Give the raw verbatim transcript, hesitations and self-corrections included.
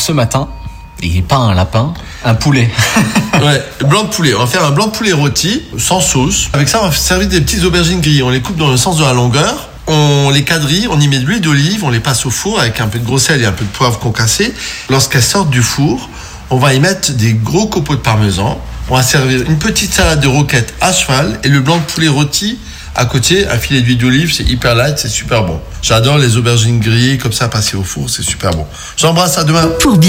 ce matin, et pas un lapin, un poulet. Ouais, blanc de poulet. On va faire un blanc de poulet rôti, sans sauce. Avec ça, on va servir des petites aubergines grillées. On les coupe dans le sens de la longueur. On les quadrille, on y met de l'huile d'olive, on les passe au four avec un peu de gros sel et un peu de poivre concassé. Lorsqu'elles sortent du four, on va y mettre des gros copeaux de parmesan. On va servir une petite salade de roquette à cheval et le blanc de poulet rôti à côté, un filet d'huile d'olive, c'est hyper light, c'est super bon. J'adore les aubergines grillées comme ça, passées au four, c'est super bon. J'embrasse, à demain. Pour bien